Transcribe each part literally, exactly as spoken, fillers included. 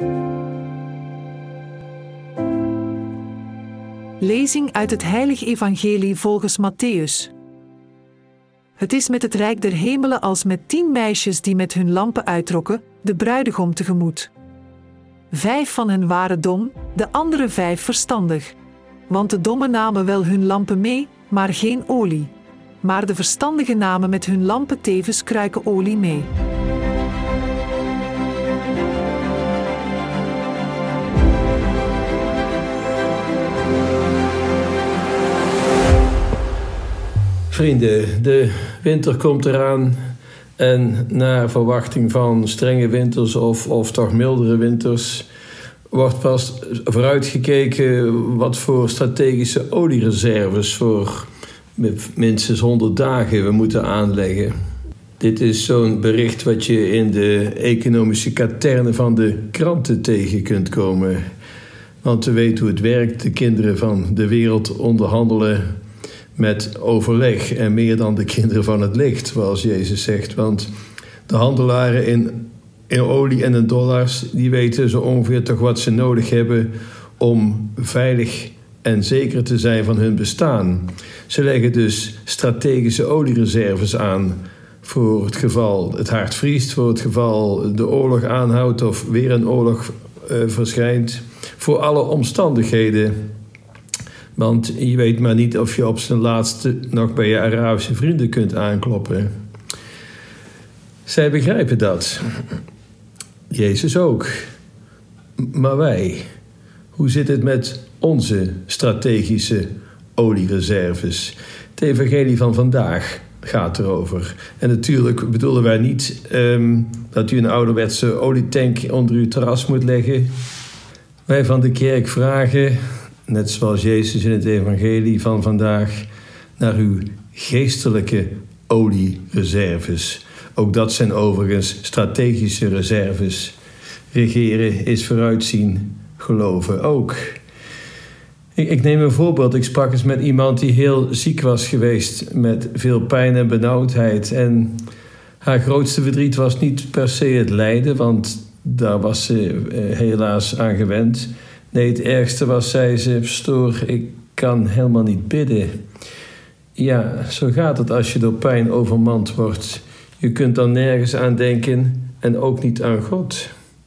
Lezing uit het Heilige Evangelie volgens Mattheüs. Het is met het Rijk der Hemelen als met tien meisjes die met hun lampen uittrokken, de bruidegom tegemoet. Vijf van hen waren dom, de andere vijf verstandig. Want de dommen namen wel hun lampen mee, maar geen olie. Maar de verstandigen namen met hun lampen tevens kruiken olie mee. Vrienden, de winter komt eraan en naar verwachting van strenge winters of, of toch mildere winters wordt pas vooruitgekeken wat voor strategische oliereserves voor minstens honderd dagen we moeten aanleggen. Dit is zo'n bericht wat je in de economische katernen van de kranten tegen kunt komen. Want we weten hoe het werkt. De kinderen van de wereld onderhandelen met overleg en meer dan de kinderen van het licht, zoals Jezus zegt. Want de handelaren in, in olie en in dollars, die weten zo ongeveer toch wat ze nodig hebben om veilig en zeker te zijn van hun bestaan. Ze leggen dus strategische oliereserves aan voor het geval het hard vriest, voor het geval de oorlog aanhoudt of weer een oorlog uh, verschijnt. Voor alle omstandigheden. Want je weet maar niet of je op zijn laatste nog bij je Arabische vrienden kunt aankloppen. Zij begrijpen dat. Jezus ook. Maar wij, hoe zit het met onze strategische oliereserves? Het evangelie van vandaag gaat erover. En natuurlijk bedoelen wij niet um, dat u een ouderwetse olietank onder uw terras moet leggen. Wij van de kerk vragen, net zoals Jezus in het evangelie van vandaag, naar uw geestelijke oliereserves. Ook dat zijn overigens strategische reserves. Regeren is vooruitzien, geloven ook. Ik, ik neem een voorbeeld. Ik sprak eens met iemand die heel ziek was geweest, met veel pijn en benauwdheid. En haar grootste verdriet was niet per se het lijden, want daar was ze eh, helaas aan gewend. Nee, het ergste was, zei ze, pastoor, ik kan helemaal niet bidden. Ja, zo gaat het als je door pijn overmand wordt. Je kunt dan nergens aan denken en ook niet aan God.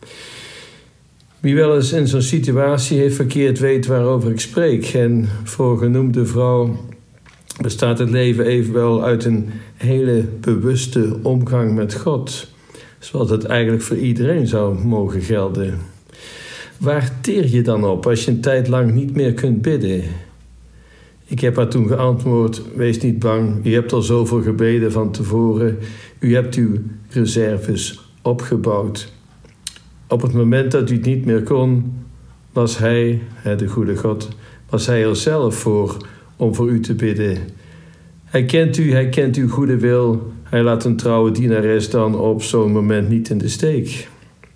Wie wel eens in zo'n situatie heeft verkeerd weet waarover ik spreek. En voor genoemde vrouw bestaat het leven evenwel uit een hele bewuste omgang met God. Zoals het eigenlijk voor iedereen zou mogen gelden. Waar teer je dan op als je een tijd lang niet meer kunt bidden? Ik heb haar toen geantwoord, wees niet bang, u hebt al zoveel gebeden van tevoren. U hebt uw reserves opgebouwd. Op het moment dat u het niet meer kon, was hij, de goede God, was hij er zelf voor om voor u te bidden. Hij kent u, hij kent uw goede wil. Hij laat een trouwe dienares dan op zo'n moment niet in de steek.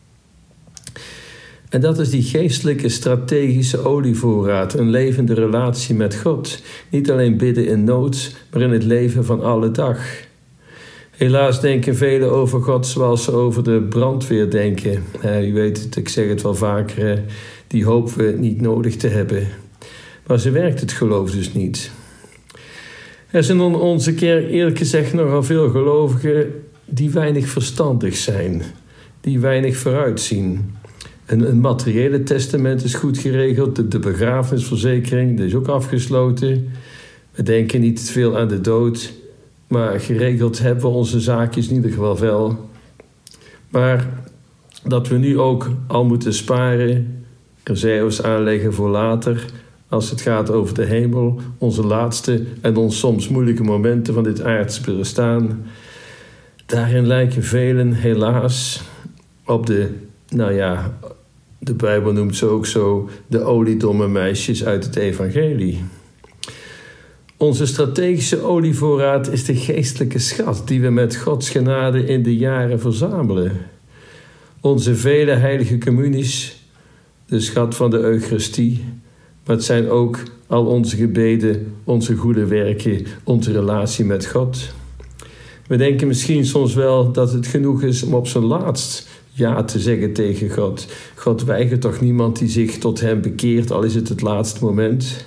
En dat is die geestelijke strategische olievoorraad, een levende relatie met God. Niet alleen bidden in nood, maar in het leven van alle dag. Helaas denken velen over God zoals ze over de brandweer denken. Eh, u weet het, ik zeg het wel vaker, die hopen we niet nodig te hebben. Maar ze werkt het geloof dus niet. Er zijn in onze kerk eerlijk gezegd nogal veel gelovigen die weinig verstandig zijn, die weinig vooruitzien. Een, een materiële testament is goed geregeld, de, de begrafenisverzekering dat is ook afgesloten. We denken niet te veel aan de dood, maar geregeld hebben we onze zaakjes in ieder geval wel. Maar dat we nu ook al moeten sparen, reserves aanleggen voor later, als het gaat over de hemel, onze laatste en ons soms moeilijke momenten van dit aardse bestaan. Daarin lijken velen helaas op de, nou ja, de Bijbel noemt ze ook zo, de oliedomme meisjes uit het evangelie. Onze strategische olievoorraad is de geestelijke schat die we met Gods genade in de jaren verzamelen. Onze vele heilige communies, de schat van de Eucharistie, maar het zijn ook al onze gebeden, onze goede werken, onze relatie met God. We denken misschien soms wel dat het genoeg is om op zijn laatst ja te zeggen tegen God. God weigert toch niemand die zich tot hem bekeert, al is het het laatste moment.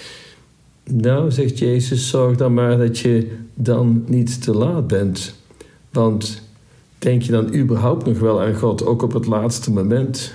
Nou, zegt Jezus, zorg dan maar dat je dan niet te laat bent. Want denk je dan überhaupt nog wel aan God, ook op het laatste moment?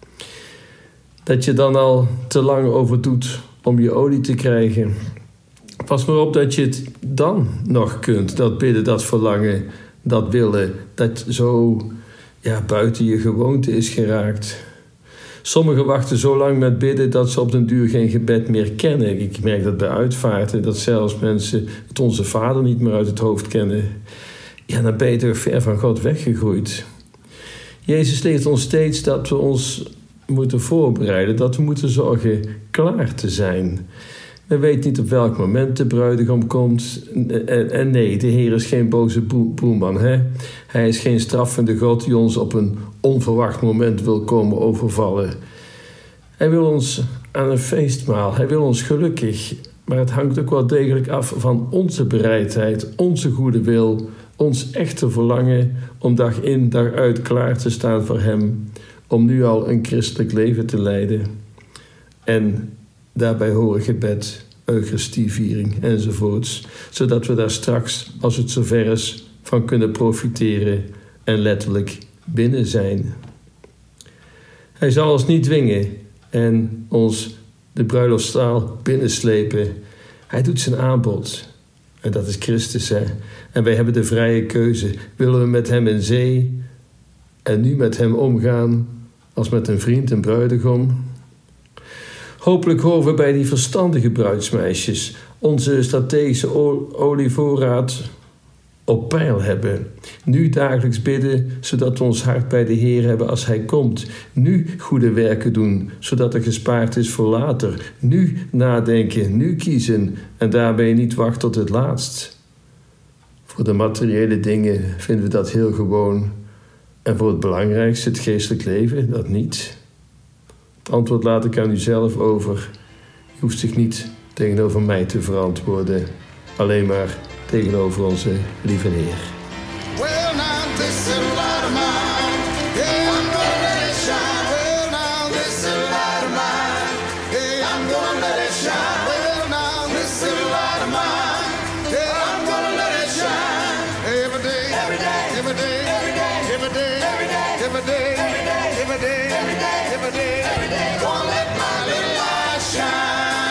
Dat je dan al te lang over doet om je olie te krijgen. Pas maar op dat je het dan nog kunt, dat bidden, dat verlangen, dat willen, dat zo ja, buiten je gewoonte is geraakt. Sommigen wachten zo lang met bidden dat ze op den duur geen gebed meer kennen. Ik merk dat bij uitvaarten, dat zelfs mensen het Onze Vader niet meer uit het hoofd kennen. Ja, dan ben je toch ver van God weggegroeid. Jezus leert ons steeds dat we ons moeten voorbereiden, dat we moeten zorgen klaar te zijn. Men weet niet op welk moment de bruidegom komt. En, en nee, de Heer is geen boze boe, boeman. Hè? Hij is geen straffende God die ons op een onverwacht moment wil komen overvallen. Hij wil ons aan een feestmaal. Hij wil ons gelukkig. Maar het hangt ook wel degelijk af van onze bereidheid, onze goede wil, ons echte verlangen om dag in, dag uit klaar te staan voor hem. Om nu al een christelijk leven te leiden. En daarbij horen gebed, eucharistieviering enzovoorts. Zodat we daar straks, als het zover is, van kunnen profiteren en letterlijk binnen zijn. Hij zal ons niet dwingen en ons de bruiloftstaal binnenslepen. Hij doet zijn aanbod. En dat is Christus, hè. En wij hebben de vrije keuze. Willen we met hem in zee en nu met hem omgaan als met een vriend en bruidegom? Hopelijk horen we bij die verstandige bruidsmeisjes onze strategische olievoorraad op peil hebben. Nu dagelijks bidden, zodat we ons hart bij de Heer hebben als Hij komt. Nu goede werken doen, zodat er gespaard is voor later. Nu nadenken, nu kiezen en daarbij niet wachten tot het laatst. Voor de materiële dingen vinden we dat heel gewoon. En voor het belangrijkste, het geestelijk leven, dat niet. Het antwoord laat ik aan u zelf over. Je hoeft zich niet tegenover mij te verantwoorden. Alleen maar tegenover onze lieve Heer. Well, now this is a light of mine. Yeah, I'm gonna let it shine. Well, now this is a light of mine. Yeah, I'm gonna let it shine. Well, now this is a light of mine. Yeah, I'm gonna let it shine. Every day, every day, every day, every day, every day, every day, every day, every day, every day, every day, every day, every day. Gonna let my little light shine.